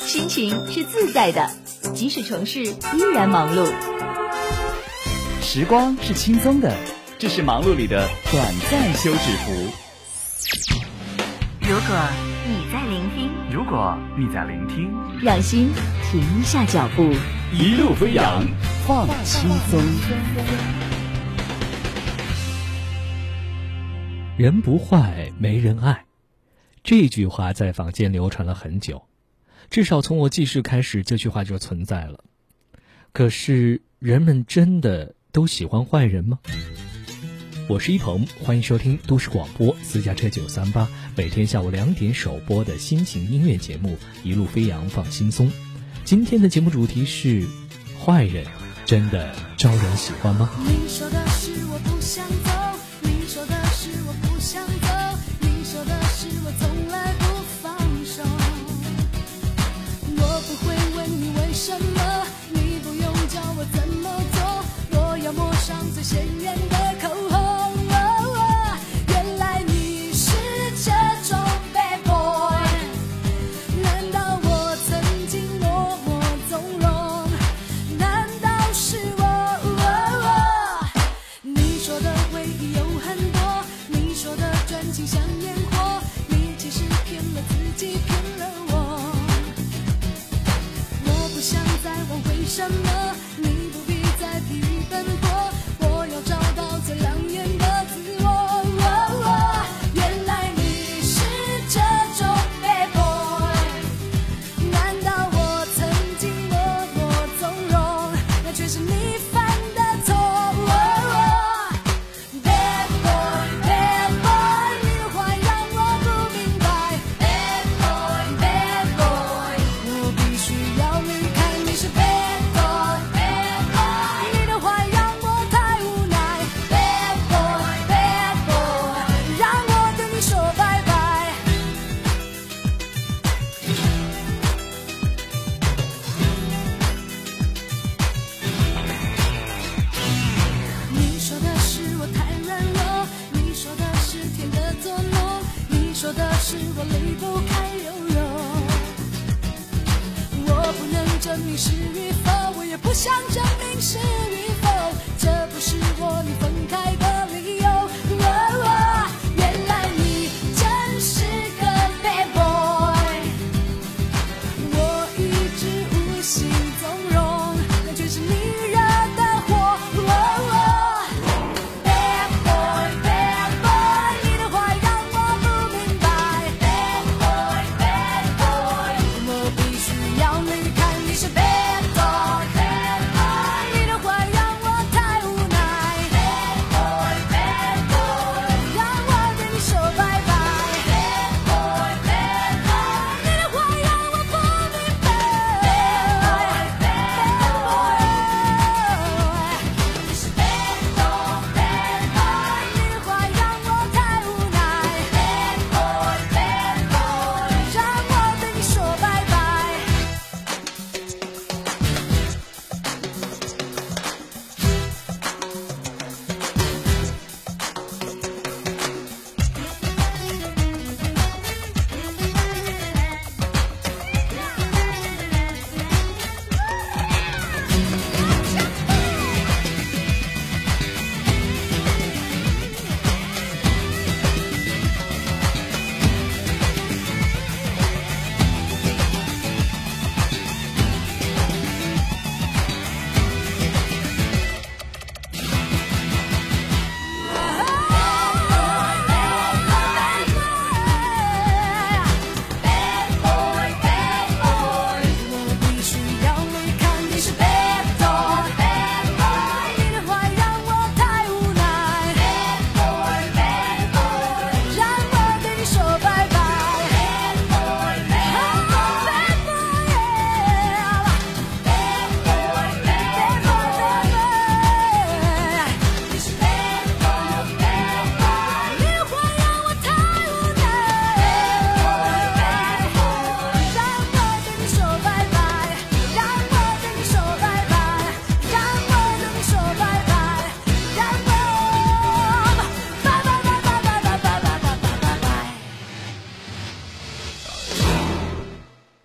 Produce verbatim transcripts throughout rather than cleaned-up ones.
心情是自在的，即使城市依然忙碌。 时光是轻松的，这是忙碌里的短暂休止符。 如果你在聆听， 如果你在聆听， 让心停一下脚步， 一路飞扬，放轻松。 人不坏，没人爱。这句话在坊间流传了很久，至少从我记事开始，这句话就存在了。可是，人们真的都喜欢坏人吗？我是一鹏，欢迎收听都市广播私家车九三八，每天下午两点首播的心情音乐节目《一路飞扬放轻松》。今天的节目主题是：坏人真的招人喜欢吗？ 你说的是我不想走，你说的是我不想走，你说的是我从来不放手。我不会问你为什么，你不用教我怎么做，我要抹上最显眼的口红。原来你是这种 bad boy， 难道我曾经默默纵容？难道是我？你说的回忆有很多，你说的专情像烟火，你其实骗了自己，骗了我。我不想再问为什么，你不必再疲于奔波，我要找到最亮眼的自我。原来你是这种 bad boy， 难道我曾经默默纵容，那却是你犯的错。Bad boy bad boy， 你的坏让我不明白。Bad boy bad boy， 我必须要离开，你是 bad boy bad boy， 你的坏让我太无奈。Bad boy bad boy， 让我跟你说拜拜。你说的是我太软弱，你说的是甜的作弄，你说的是我离不开柔柔。我不能证明是与否，我也不想证明是与否，这不是我你分开的理由。原来你真是个 bad boy， 我一直无心纵容，那却是你惹的祸。Bad boy bad boy， 你的坏让我不明白。Bad boy bad boy， 我必须要离开，你是 bad boy bad boy，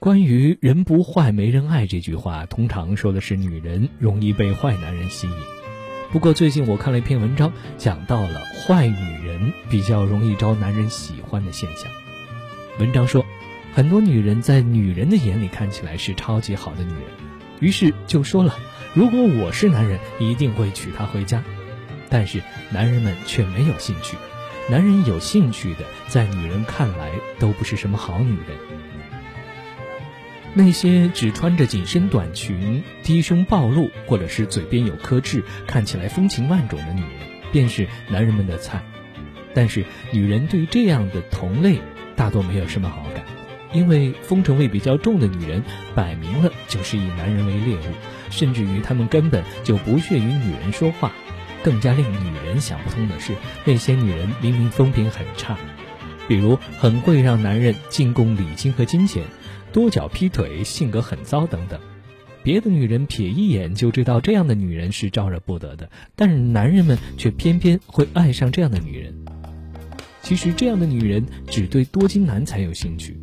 关于人不坏没人爱这句话，通常说的是女人容易被坏男人吸引。不过最近我看了一篇文章，讲到了坏女人比较容易招男人喜欢的现象。文章说，很多女人在女人的眼里看起来是超级好的女人，于是就说了，如果我是男人一定会娶她回家。但是男人们却没有兴趣，男人有兴趣的在女人看来都不是什么好女人。那些只穿着紧身短裙、低胸暴露，或者是嘴边有颗痣，看起来风情万种的女人，便是男人们的菜。但是女人对于这样的同类大多没有什么好感，因为风尘味比较重的女人摆明了就是以男人为猎物，甚至于她们根本就不屑于女人说话。更加令女人想不通的是，那些女人明明风评很差，比如很会让男人进贡礼金和金钱，多脚劈腿，性格很糟等等。别的女人瞥一眼就知道这样的女人是招惹不得的，但是男人们却偏偏会爱上这样的女人。其实这样的女人只对多金男才有兴趣。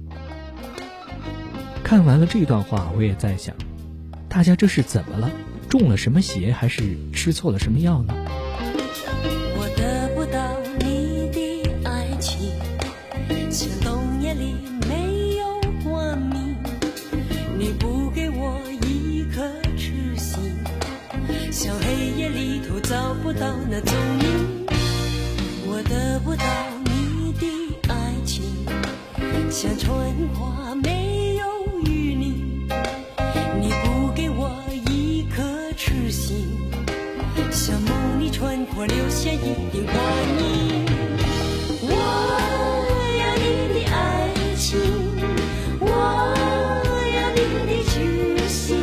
看完了这段话，我也在想，大家这是怎么了？中了什么邪，还是吃错了什么药呢？ 我得不到你的爱情，像冬夜里没有光明，你不给我一颗痴心，像黑夜里头找不到那踪影。我得不到你的爱情，像春花没有雨淋，你不给我一颗痴心，像梦里穿过留下一点光阴。我要你的爱情，我要你的痴心，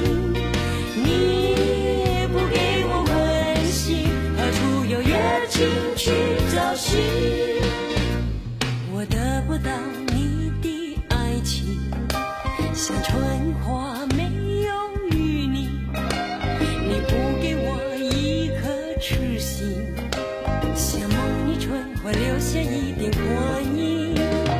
你不给我温馨，何处有夜情去找寻？我得不到你的爱情，像春花没有雨淋，你不给我一颗痴心，像梦里春花留下一点光阴。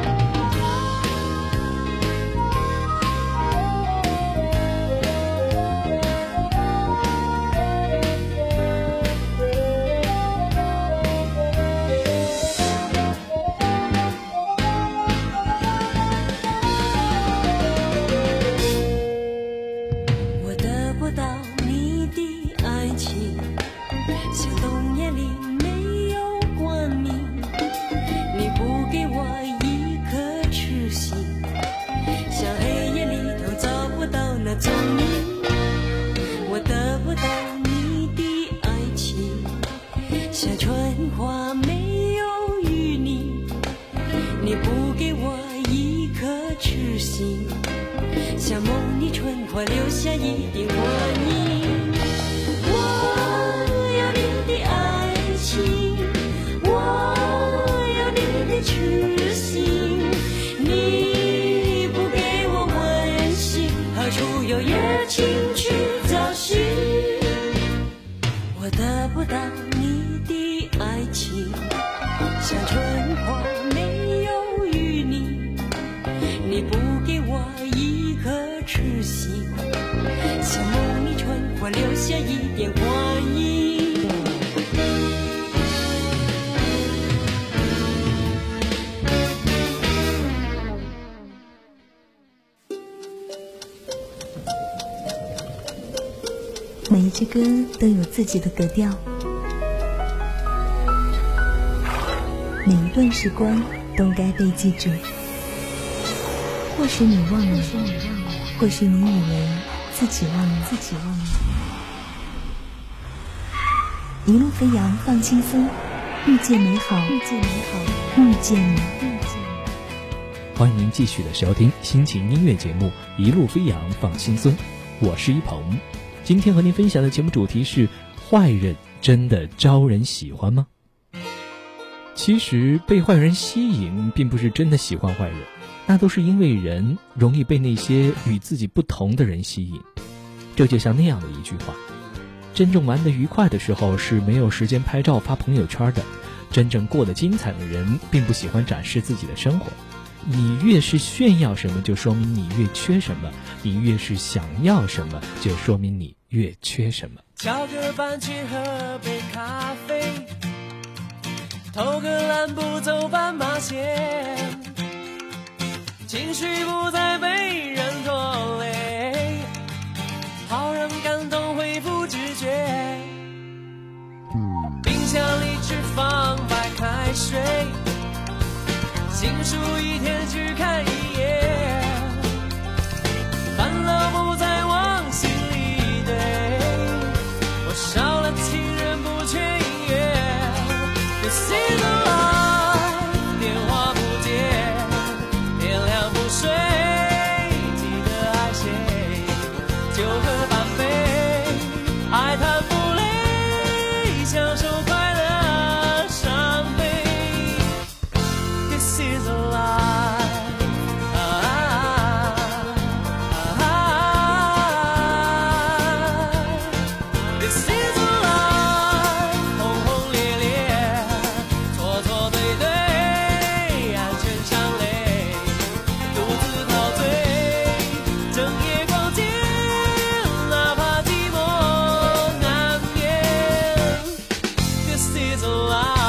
我得不到你的爱情，像冬夜里没有光明，你不给我一颗痴心，像黑夜里头找不到那踪影。我得不到你的爱情，像春花没有雨淋，你不给我一颗痴心，像梦里春花留下一点光阴。我要你的爱情，我要你的痴心，你不给我温馨，何处有夜情去找寻？我得不到你的爱情，像春花没有雨淋，你不给我一颗痴心，像梦里春花留下一点光阴。 每一支歌都有自己的格调，每一段时光都该被记住。或许你忘了，或许你以为自己忘了，自己忘了。一路飞扬，放轻松，遇见美好，遇见美好，遇见你。 欢迎您继续的收听心情音乐节目《一路飞扬放轻松》，我是一鹏。今天和您分享的节目主题是：坏人真的招人喜欢吗？其实被坏人吸引，并不是真的喜欢坏人，那都是因为人容易被那些与自己不同的人吸引。这就像那样的一句话：真正玩得愉快的时候是没有时间拍照发朋友圈的，真正过得精彩的人并不喜欢展示自己的生活， 你越是炫耀什么，就说明你越缺什么；你越是想要什么，就说明你越缺什么。 敲个板去喝杯咖啡，偷个懒步走斑马线，情绪不再被人拖累，好让感动恢复知觉。冰箱里只放白开水，新书一天只看一页，烦恼不再往心里堆，我少了情人不缺音乐。This is a lie， 电话不接，天亮不睡，记得爱谁，就喝半杯，爱谈不累，享受快乐伤悲。This is a lie， 啊啊啊 This is a lie， 轰轰烈烈，错错对对，安全上垒，独自陶醉，整夜逛街，哪怕寂寞难眠。This is a lie。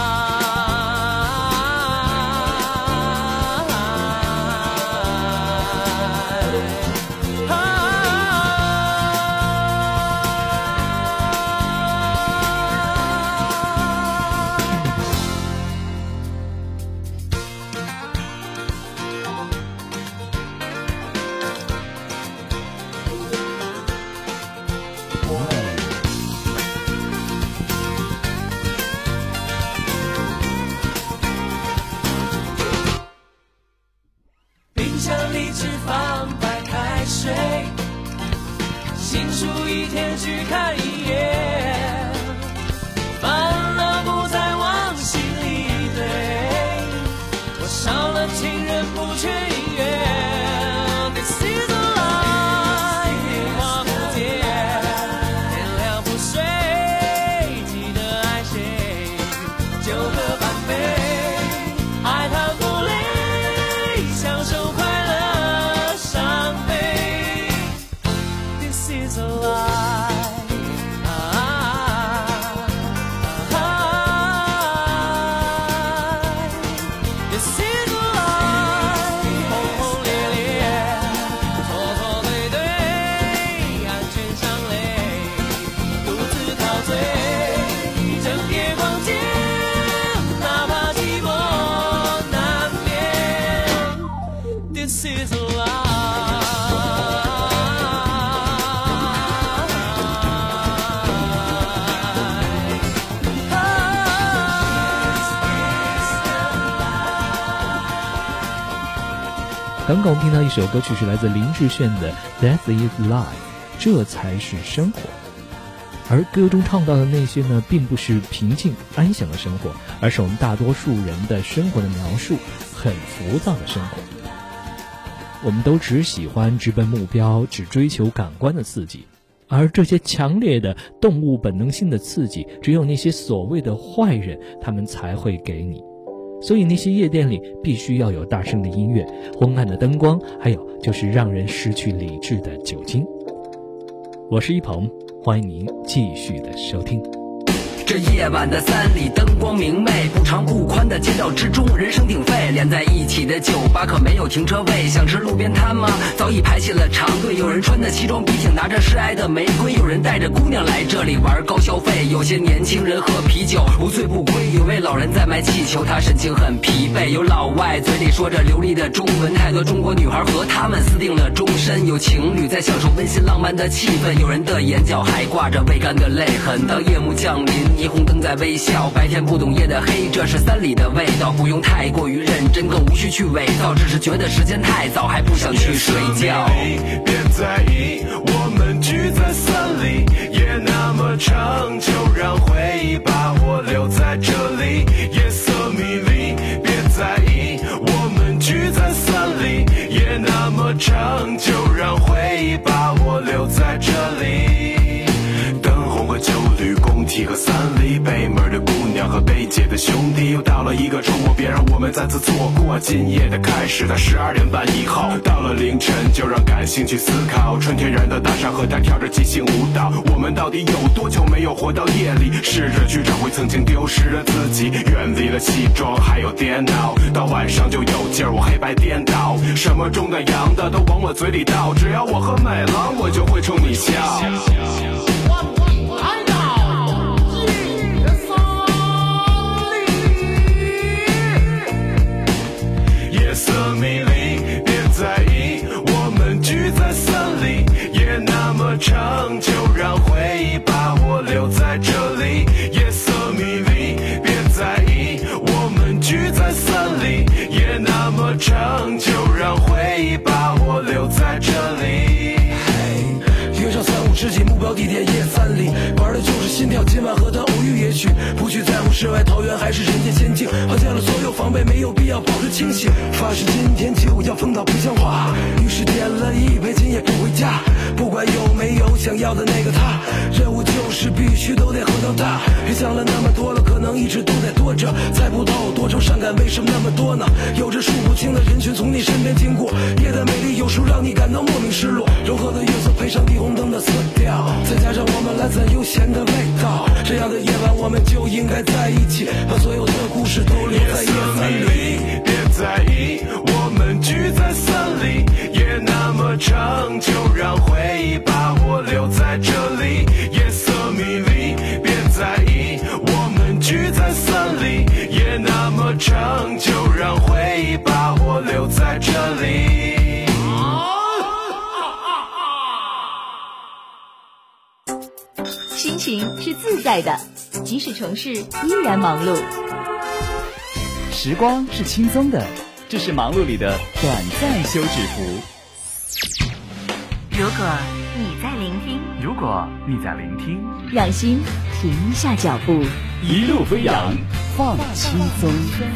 冰箱里只放白开水，新书一天只看一页，烦恼不再往心里堆，我少了情人不缺音乐。This is a lie， 电话不接，天亮不睡，记得爱谁，就喝半杯，爱谈不累，享受快乐伤悲。This is a lie， 啊啊啊 This is a lie， 轰轰烈烈，错错对对，安全上垒，独自陶醉，整夜逛街，哪怕寂寞难眠。This is a lie。 刚刚我们听到一首歌曲是来自林志炫的 That is Life， 这才是生活。而歌中唱到的那些呢，并不是平静安详的生活，而是我们大多数人的生活的描述，很浮躁的生活。我们都只喜欢直奔目标，只追求感官的刺激，而这些强烈的动物本能性的刺激，只有那些所谓的坏人，他们才会给你。所以那些夜店里必须要有大声的音乐、昏暗的灯光，还有就是让人失去理智的酒精。我是一鹏，欢迎您继续的收听。 这夜晚的三里灯光明媚，不长不宽的街道之中，人声鼎沸，连在一起的酒吧可没有停车位。想吃路边摊吗？早已排起了长队。有人穿的西装笔挺，拿着示爱的玫瑰，有人带着姑娘来这里玩高消费。有些年轻人喝啤酒无醉不归，有位老人在卖气球，他神情很疲惫。有老外嘴里说着流利的中文，太多中国女孩和他们私定了终身。有情侣在享受温馨浪漫的气氛，有人的眼角还挂着未干的泪痕。当夜幕降临，霓虹灯在微笑，白天不懂夜的黑，这是三里的味道。不用太过于认真，更无需去伪造，只是觉得时间太早，还不想去睡觉。 别在意，我们聚在三里，夜那么长，就让回忆把我留在这里。夜色迷离，别在意，我们聚在三里，夜那么长，就让回忆把我留在这里。灯红和酒绿，工体和三里，北门的姑娘和北界的兄弟，又到了一个周末，别让我们再次错过今夜的开始，在十二点半以后，到了凌晨就让感性去思考，纯天然的大山河带跳着即兴舞蹈，我们到底有多久没有活到夜里？试着去找回曾经丢失的自己，远离了西装还有电脑，到晚上就有劲儿，我黑白颠倒，什么中的洋的都往我嘴里倒，只要我喝美了，我就会冲你笑。夜色迷离，别在意，我们聚在森林，夜那么长，就让回忆把我留在这里。夜色迷离，别在意，我们聚在森林，夜那么长，就让回忆把我留在这里。 约上三五知己，目标地点夜三里，玩的就是心跳，今晚和他偶遇，也许不去在乎世外桃源还是人间仙境，抛下了所有防备，没有必要保持清醒，发誓今天就要疯到不像话，于是点了一杯，今夜不回家，不管有没有想要的那个他，任务就是必须都得喝到大，别想了那么多了，可能一直都在躲着，猜不透多愁善感为什么那么多呢？有着数不清的人群从你身边经过，夜的美丽有时让你感到莫名失落，柔和的月色配上霓虹灯的色调，再加上我们懒散悠闲的味道，这样的夜晚我们就应该在一起，把所有的故事都留在夜三里。 别在意，我们聚在森林，夜那么长，就让回忆把我留在这里。夜色迷离，别在意，我们聚在森林，夜那么长，就让回忆把我留在这里。 心情是自在的，即使城市依然忙碌。 时光是轻松的，这是忙碌里的短暂休止符。 如果你在聆听， 如果你在聆听， 让心停一下脚步， 一路飞扬，放轻松。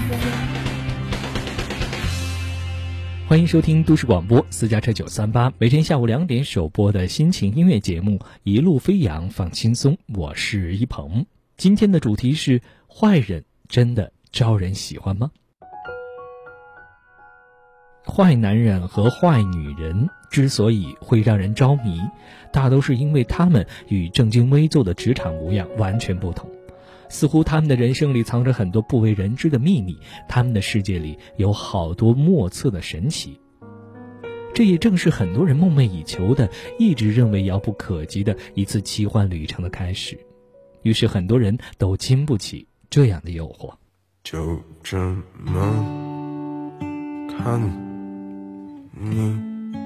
欢迎收听都市广播私家车九三八，每天下午两点首播的心情音乐节目《一路飞扬放轻松》，我是一鹏。今天的主题是：坏人真的招人喜欢吗？坏男人和坏女人之所以会让人着迷，大都是因为他们与正襟危坐的职场模样完全不同。似乎他们的人生里藏着很多不为人知的秘密，他们的世界里有好多莫测的神奇。这也正是很多人梦寐以求的，一直认为遥不可及的一次奇幻旅程的开始。于是很多人都经不起这样的诱惑。 就这么看你，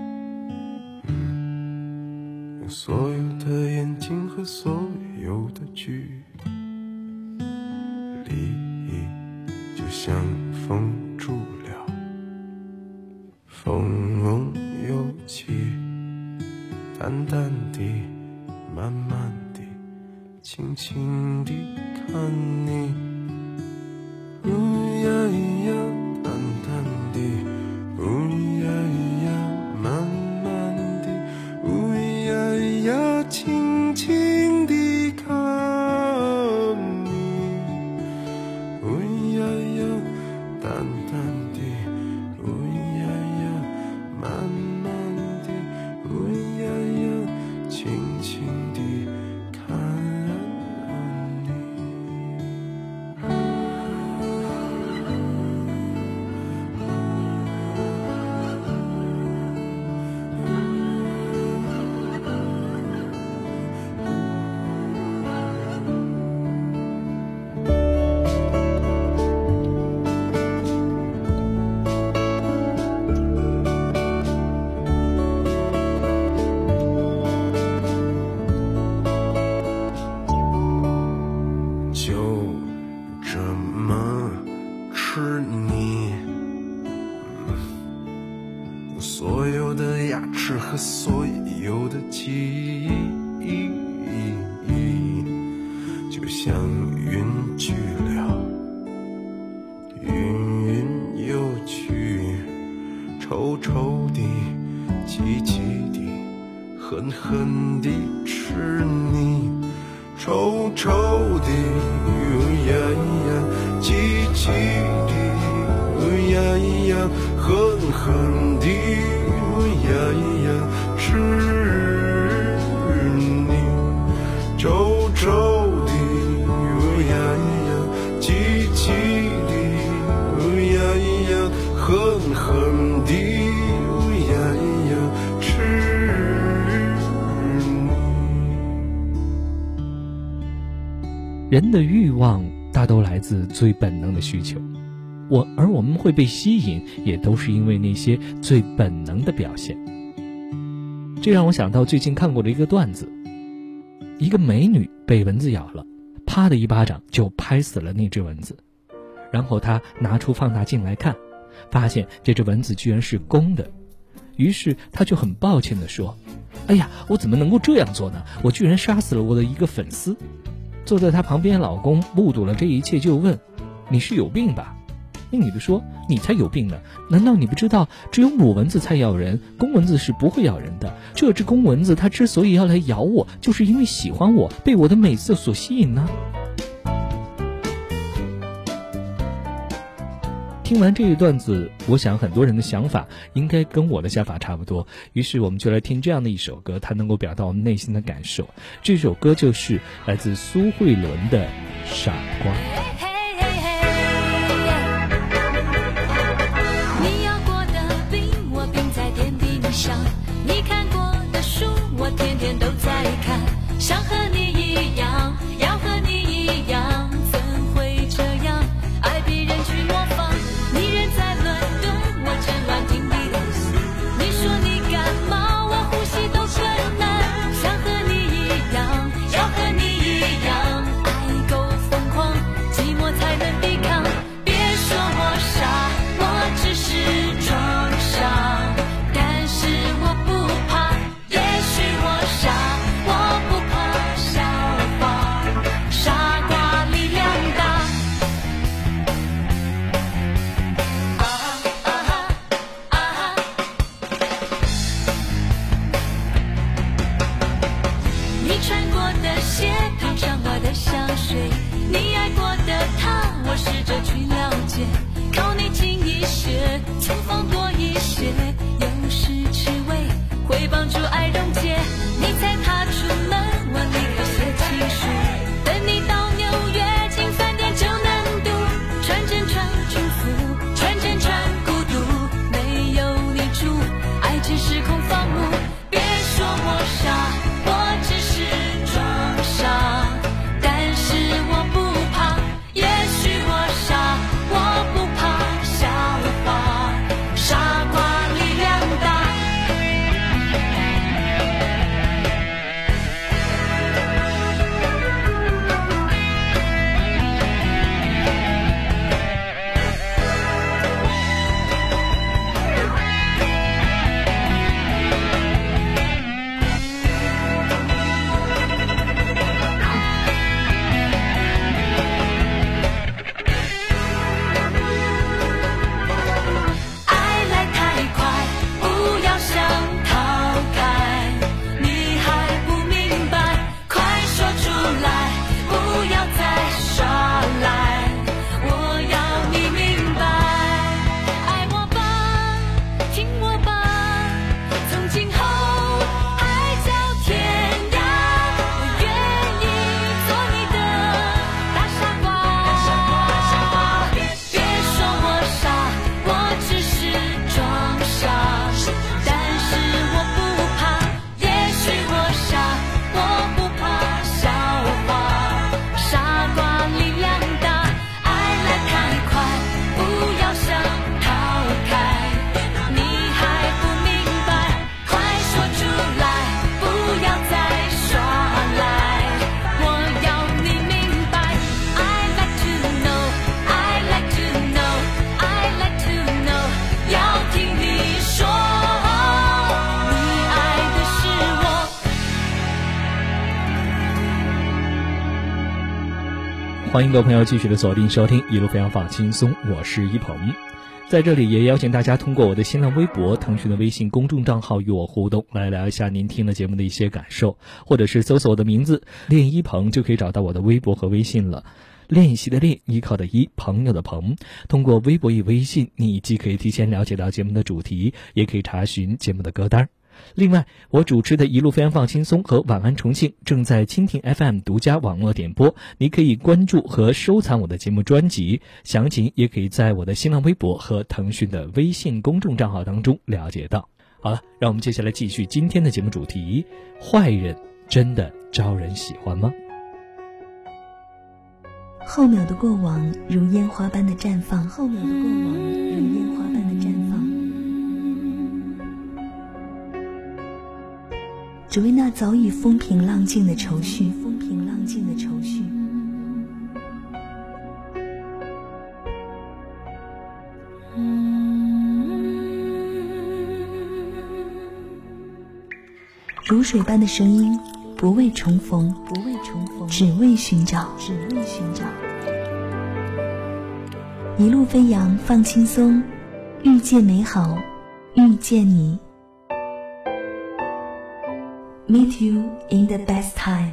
嗯，用所有的眼睛和所有的距离，就像封住了风有气，淡淡地慢慢地轻轻地看你，呜呀呀淡淡地，呜呀呀慢慢地，呜呀呀轻轻地看你，呜呀呀淡淡地，呜呀呀慢慢地，呜呀呀轻轻地看你。和所有的记忆，就像云去了，云云又去，臭臭的，气气的，狠狠地吃你， 臭臭的呀呀，急急的呀呀，狠狠的呀呀，吃你。臭臭的呀呀，急急的呀呀，狠狠的呀呀，吃你。 人的欲望大都来自最本能的需求，我而我们会被吸引，也都是因为那些最本能的表现。这让我想到最近看过的一个段子，一个美女被蚊子咬了，啪的一巴掌就拍死了那只蚊子，然后她拿出放大镜来看，发现这只蚊子居然是公的，于是她就很抱歉地说：哎呀，我怎么能够这样做呢？我居然杀死了我的一个粉丝。坐在她旁边老公目睹了这一切，就问：你是有病吧？那女的说：你才有病呢，难道你不知道只有母蚊子才咬人，公蚊子是不会咬人的？这只公蚊子它之所以要来咬我，就是因为喜欢我，被我的美色所吸引呢。听完这一段子，我想很多人的想法应该跟我的想法差不多，于是我们就来听这样的一首歌，它能够表达我们内心的感受。这首歌就是来自苏慧伦的《傻瓜》。 你要过的病，我病在点滴你上；你看过的书，我天天都在看。想和你一样，要和你一样，怎会这样？爱别人去模仿，你人在伦敦，我正乱听你的戏。你说你感冒，我呼吸都困难。想和你一样，要和你一样，爱够疯狂，寂寞才能抵抗。别说我傻，我只是装傻，但是我不怕。也许我傻，我不怕笑话，傻瓜力量大。啊哈啊哈啊哈，你穿过的鞋，烫上我的香水，你爱过的他，我试着去了解，靠你近一些，轻放多一些，有时吃味会帮助爱溶解。你才踏出门，我立刻写情书，等你到纽约进饭店就能读，穿针穿裙服，穿针穿孤独，没有你住，爱情是空房屋。别说我傻，我只是装傻，但是我不怕。也许我傻，我不怕笑话，傻瓜力量大。爱来太快，不要想逃开，你还不明白，快说出来，不要再耍赖，我要你明白。爱我吧，听我吧，从今后海角天涯，我愿意做你的大傻瓜。别说我傻，我只是装傻，但是我不怕。也许我傻，我不怕笑话，傻瓜力量大。爱来太快，不要想逃开，你还不明白，快说出来，不要再耍赖，我要你明白。I like to know, I like to know, I like to know， 要听你说，你爱的是我。 欢迎各位朋友继续的锁定收听一路飞扬放轻松，我是一鹏。 在这里也邀请大家通过我的新浪微博、腾讯的微信公众账号与我互动，来聊一下您听了节目的一些感受，或者是搜索我的名字练一鹏就可以找到我的微博和微信了。练习的练，依靠的依，朋友的朋。通过微博与微信，你既可以提前了解到节目的主题，也可以查询节目的歌单。另外，我主持的一路飞扬放轻松和晚安重庆正在蜻蜓 F M 独家网络点播，你可以关注和收藏我的节目专辑，详情也可以在我的新浪微博和腾讯的微信公众账号当中了解到。好了，让我们接下来继续今天的节目主题：坏人真的招人喜欢吗？ 候鸟的过往如烟花般的绽放，候鸟的过往如烟花般的绽放，只为那早已风平浪静的愁绪，风平浪静的愁绪。如水般的声音，不为重逢，不为重逢，只为寻找，只为寻找。一路飞扬，放轻松，遇见美好，遇见你。Meet you in the best time。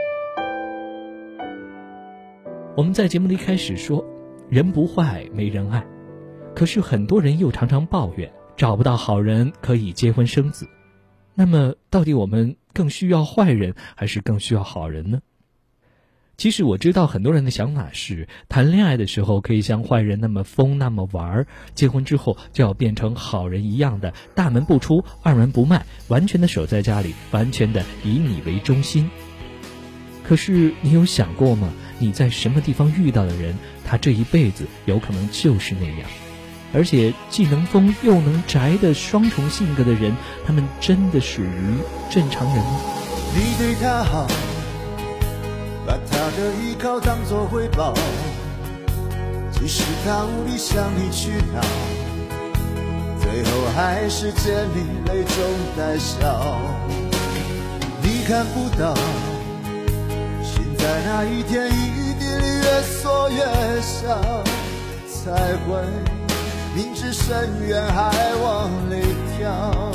我们在节目的一开始说，人不坏，没人爱。可是很多人又常常抱怨，找不到好人可以结婚生子。那么，到底我们更需要坏人，还是更需要好人呢？其实我知道很多人的想法是，谈恋爱的时候可以像坏人那么疯那么玩，结婚之后就要变成好人一样的大门不出二门不迈，完全的守在家里，完全的以你为中心。可是你有想过吗？你在什么地方遇到的人，他这一辈子有可能就是那样。而且既能疯又能宅的双重性格的人，他们真的属于正常人吗？ 你对他好，把他的依靠当作回报，即使他无力向你去讨，最后还是见你泪中带笑。你看不到，心在那一天一滴里越缩越小，才会明知深渊还往里跳。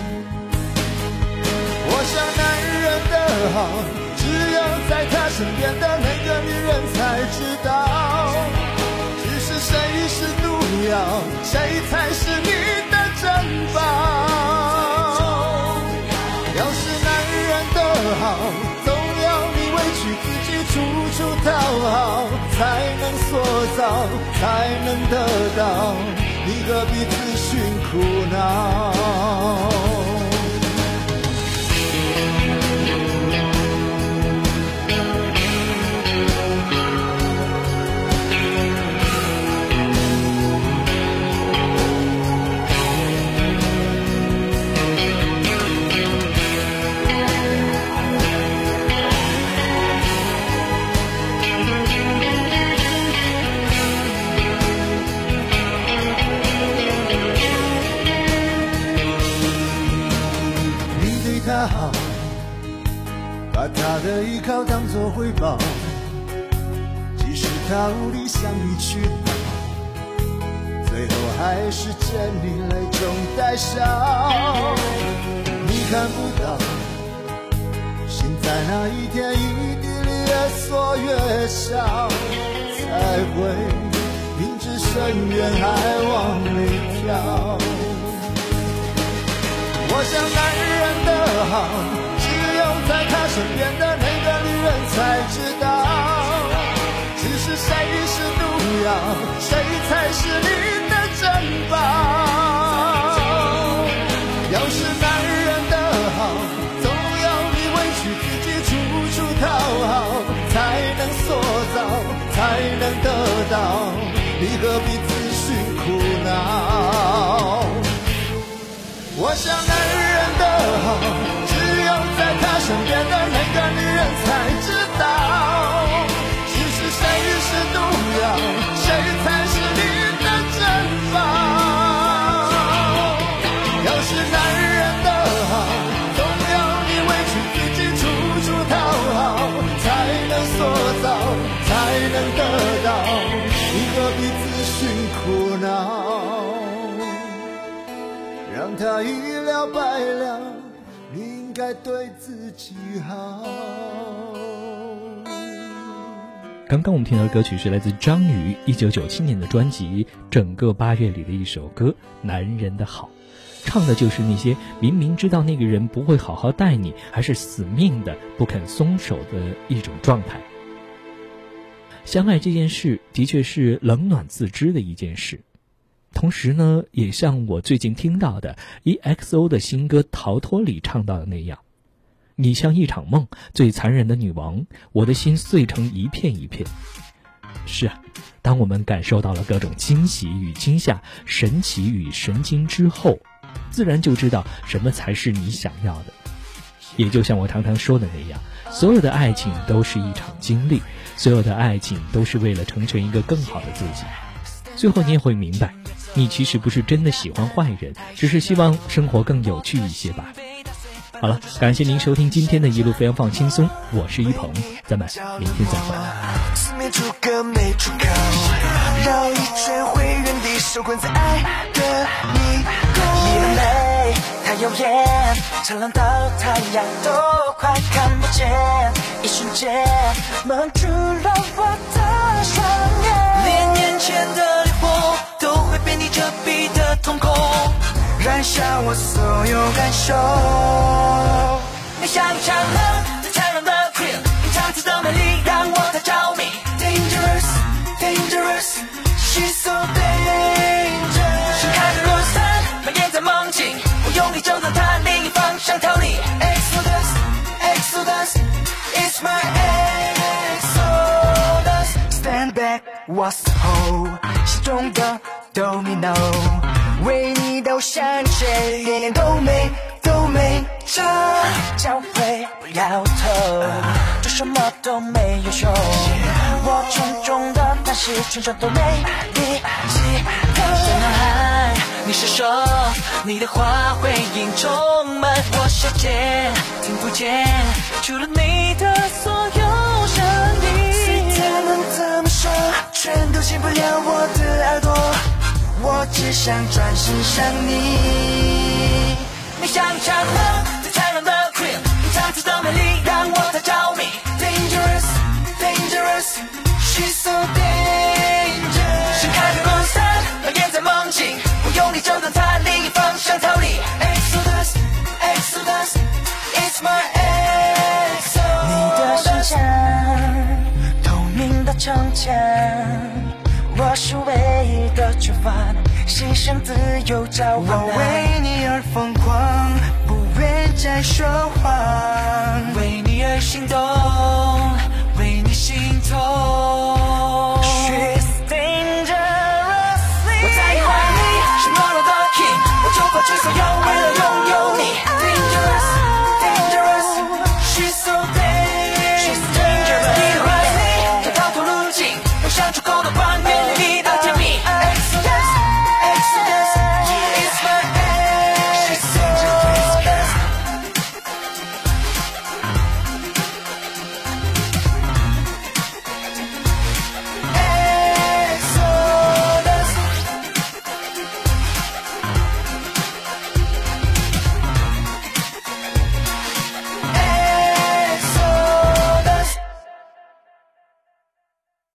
我想男人的好，只有在他身边的那个女人才知道，只是谁是毒药，谁才是你的珍宝。要是男人的好，总要你委屈自己处处讨好，才能塑造，才能得到，你何必自寻苦恼？他好，把他的依靠当作回报，即使他无力向你去讨，最后还是见你泪中带笑。你看不到，心在那一天一滴里越缩越小，才会明知深渊还往里跳。我想男人的好，只有在他身边的那个女人才知道，只是谁是毒药，谁才是你的珍宝。要是男人的好，总要你委屈自己处处讨好，才能塑造，才能得到，你何必自寻苦恼？我想男人的好，只有在他身边的那个女人才知道，只是谁是毒药，谁才是你的珍宝。要是男人的好，总要你委屈自己处处讨好，才能塑造，才能得到，你何必自寻苦恼？ 要白了，你应该对自己好。 刚刚我们听到的歌曲是来自张宇一九九七年的专辑《整个八月》里的一首歌《男人的好》，唱的就是那些明明知道那个人不会好好待你，还是死命的不肯松手的一种状态。相爱这件事的确是冷暖自知的一件事，同时呢，也像我最近听到的 E X O 的新歌《逃脱》里唱到的那样，你像一场梦，最残忍的女王，我的心碎成一片一片。是啊，当我们感受到了各种惊喜与惊吓、神奇与神经之后，自然就知道什么才是你想要的。也就像我常常说的那样，所有的爱情都是一场经历，所有的爱情都是为了成全一个更好的自己。最后你也会明白，你其实不是真的喜欢坏人，只是希望生活更有趣一些吧。好了，感谢您收听今天的一路飞扬放轻松，我是一鹏，咱们明天再会。 四面楚歌没出口，绕一圈会原地受困在爱的迷宫。你的美太耀眼，灿烂到太阳都快看不见，一瞬间蒙住了我的双眼，连眼前的烈火都会被你遮蔽的瞳孔，燃烧我所有感受。你像一场梦，最灿烂的 queen， 隐藏自的美丽让我太着迷。Dangerous, dangerous, she's so dangerous。盛开的如伞，蔓延在梦境，我用力挣脱它，另一方向逃离。Exodus, Exodus, it's my Exodus。Stand back, what's the hold？ 心中的 domino。为你都向前，连连都没都没着，交会不摇头，做什么都没有用。我重重的叹息，全身都没力气。在脑海，你是说你的话回音充满我世界，听不见除了你的所有声音。他们怎么说，全都进不了我的耳朵。我只想转身向你，你像一场梦，最灿烂的 queen， 隐藏自的美丽让我太着迷。Dangerous, dangerous, she's so dangerous。盛开的如伞，蔓延在梦境，我用力挣脱它，另一方向逃离。Exodus, Exodus, it's my Exodus。你的身墙，透明的城墙。我是唯一的囚犯，牺牲自由交换。我为你而疯狂，不愿再说谎，为你而心动，为你心痛。